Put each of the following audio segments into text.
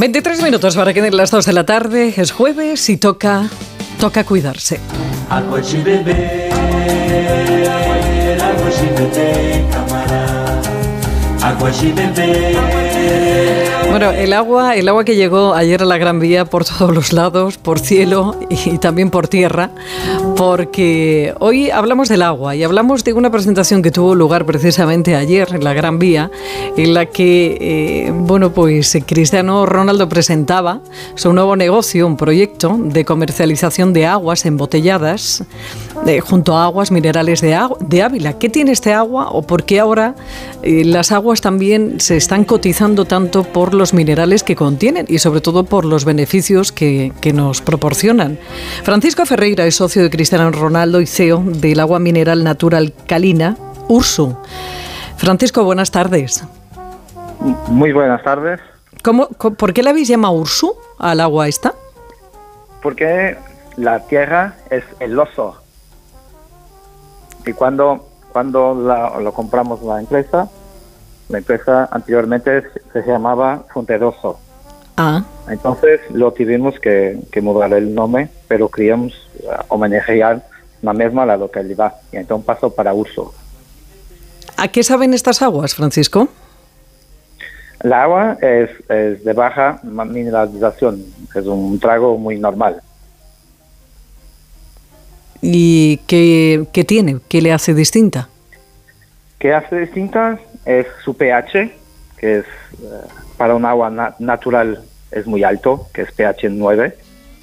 23 minutos para que den las 2 de la tarde. Es jueves y toca cuidarse. Água de beber, água de beber, camarada. Água de beber. Bueno, el agua que llegó ayer a la Gran Vía por todos los lados, por cielo y también por tierra, porque hoy hablamos del agua y hablamos de una presentación que tuvo lugar precisamente ayer en la Gran Vía, en la que, Cristiano Ronaldo presentaba su nuevo negocio, un proyecto de comercialización de aguas embotelladas junto a Aguas Minerales de Ávila. ¿Qué tiene este agua o por qué ahora las aguas también se están cotizando tanto por los minerales que contienen y sobre todo por los beneficios que nos proporcionan? Francisco Ferreira es socio de Cristiano Ronaldo y CEO del agua mineral natural alcalina, Ursu. Francisco, buenas tardes. Muy buenas tardes. ¿Por qué le habéis llamado Ursu al agua esta? Porque la tierra es el oso. Y cuando lo compramos la empresa anteriormente se llamaba Fonteroso. Entonces lo tuvimos que mudar el nombre, pero queríamos homenajear la localidad, y entonces pasó para Ursu. ¿A qué saben estas aguas, Francisco? La agua es de baja mineralización, es un trago muy normal. ¿Y qué tiene? ¿Qué le hace distinta? ¿Qué hace distinta? Es su pH, que es para un agua natural es muy alto, que es pH 9.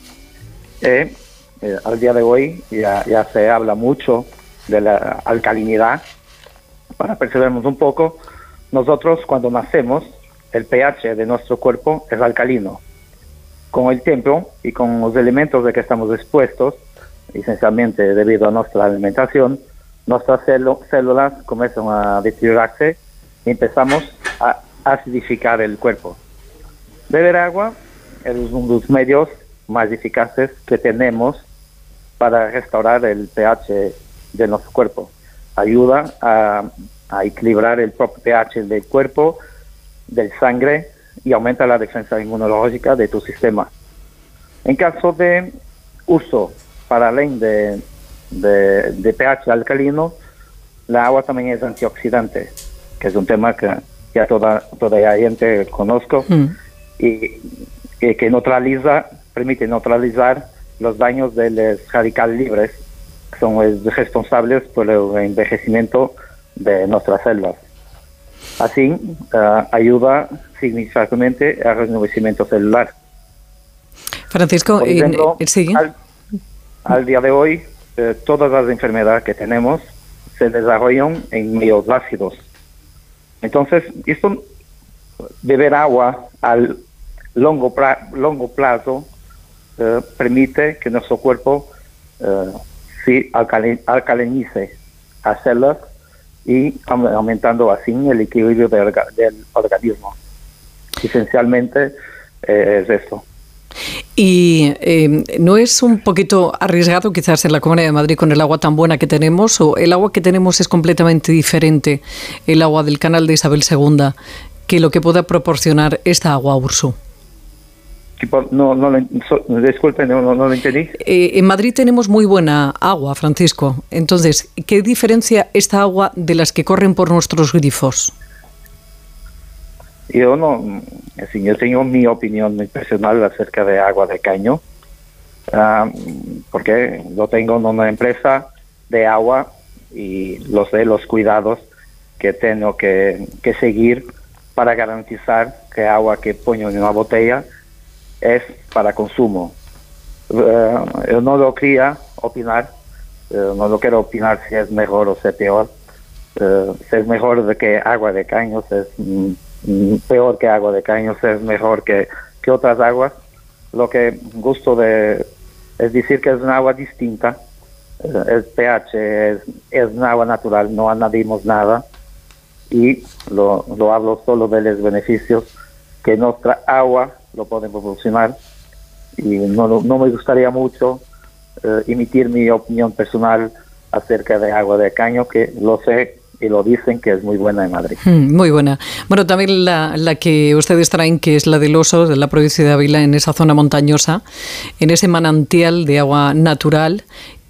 Al día de hoy ya se habla mucho de la alcalinidad. Para percibirnos un poco, nosotros cuando nacemos, el pH de nuestro cuerpo es alcalino. Con el tiempo y con los elementos de que estamos expuestos, esencialmente debido a nuestra alimentación, nuestras células comienzan a deteriorarse y empezamos a acidificar el cuerpo. Beber agua es uno de los medios más eficaces que tenemos para restaurar el pH de nuestro cuerpo. Ayuda a equilibrar el propio pH del cuerpo, del sangre, y aumenta la defensa inmunológica de tu sistema. En caso de uso para além de pH alcalino, la agua también es antioxidante, que es un tema que ya toda la gente conozco, y que permite neutralizar los daños de los radicales libres, que son los responsables por el envejecimiento de nuestras células. Así, ayuda significativamente al rejuvenecimiento celular. Francisco, por ejemplo, ¿sigue? Al día de hoy, todas las enfermedades que tenemos se desarrollan en medios ácidos. Entonces, beber agua al largo plazo permite que nuestro cuerpo alcalinice a células y aumentando así el equilibrio del organismo. Esencialmente es esto. ¿Y no es un poquito arriesgado quizás en la Comunidad de Madrid con el agua tan buena que tenemos, o el agua que tenemos es completamente diferente, el agua del canal de Isabel II, que lo que pueda proporcionar esta agua, Ursu? Disculpe, no lo entendí. En Madrid tenemos muy buena agua, Francisco. Entonces, ¿qué diferencia esta agua de las que corren por nuestros grifos? Yo tengo mi opinión muy personal acerca de agua de caño, porque yo tengo una empresa de agua y los cuidados que tengo que seguir para garantizar que el agua que pongo en una botella es para consumo. Yo no lo quería opinar, no lo quiero opinar si es mejor o si es peor. Si es mejor de que agua de caños, es peor que agua de caños, es mejor que otras aguas. Lo que gusto es decir que es una agua distinta. El pH es una agua natural, no añadimos nada, y lo hablo solo de los beneficios que nuestra agua lo puede proporcionar, y no me gustaría mucho emitir mi opinión personal acerca de agua de caño, que lo sé y lo dicen que es muy buena en Madrid. Muy buena. Bueno, también la que ustedes traen, que es la del Oso, de la provincia de Ávila, en esa zona montañosa, en ese manantial de agua natural.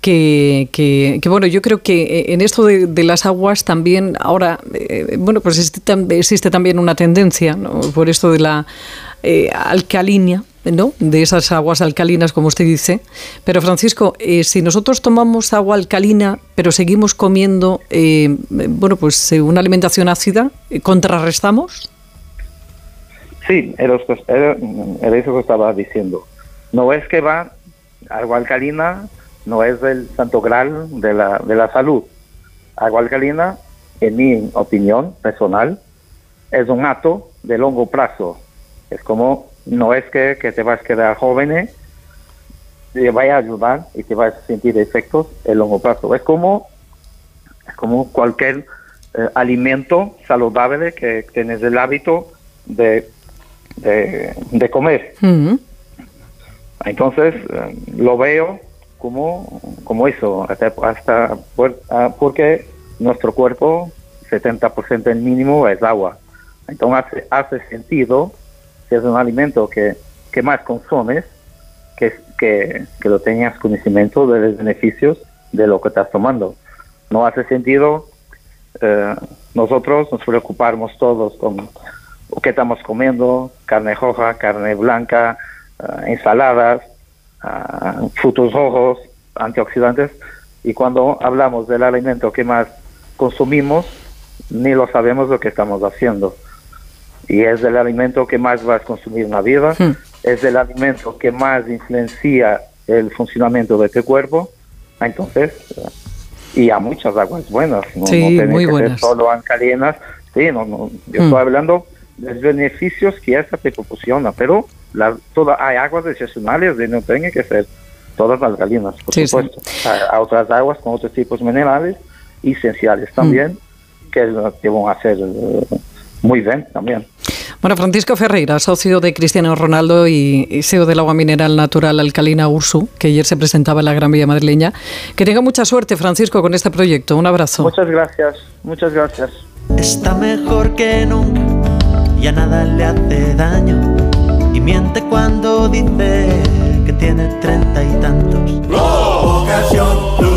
Que bueno, yo creo que en esto de las aguas también ahora, bueno, pues existe también una tendencia, ¿no?, por esto de la alcalinia, ¿no?, de esas aguas alcalinas, como usted dice. Pero Francisco, si nosotros tomamos agua alcalina, pero seguimos comiendo, bueno, pues una alimentación ácida, ¿contrarrestamos? Sí, era eso que estaba diciendo. No es que va agua alcalina, no es el santo graal de la salud. Agua alcalina, en mi opinión personal, es un acto de largo plazo. Es como, no es que te vas a quedar joven, te vaya a ayudar y te vas a sentir efectos a largo plazo. Es como cualquier alimento saludable que tienes el hábito de comer. Uh-huh. Entonces, lo veo como eso, porque nuestro cuerpo, 70% el mínimo es agua. Entonces hace sentido, si es un alimento que más consumes, que lo tengas conocimiento de los beneficios de lo que estás tomando. No hace sentido nosotros nos preocuparnos todos con lo que estamos comiendo, carne roja, carne blanca, ensaladas, frutos rojos, antioxidantes, y cuando hablamos del alimento que más consumimos, ni lo sabemos lo que estamos haciendo. Y es el alimento que más vas a consumir en la vida, es el alimento que más influencia el funcionamiento de tu cuerpo. Entonces, y hay muchas aguas buenas, no tienen muy que buenas. ser solo alcalinas. Sí, yo estoy hablando de los beneficios que esa te proporciona, pero hay aguas excepcionales y no tienen que ser todas alcalinas, por supuesto. Sí. Hay otras aguas con otros tipos minerales y esenciales también, que van a hacer muy bien también. Bueno, Francisco Ferreira, socio de Cristiano Ronaldo y CEO del agua mineral natural alcalina Ursu, que ayer se presentaba en la Gran Vía madrileña. Que tenga mucha suerte, Francisco, con este proyecto. Un abrazo. Muchas gracias, muchas gracias. Está mejor que nunca, ya nada le hace daño, y miente cuando dice que tiene 30 y tantos. Provocación.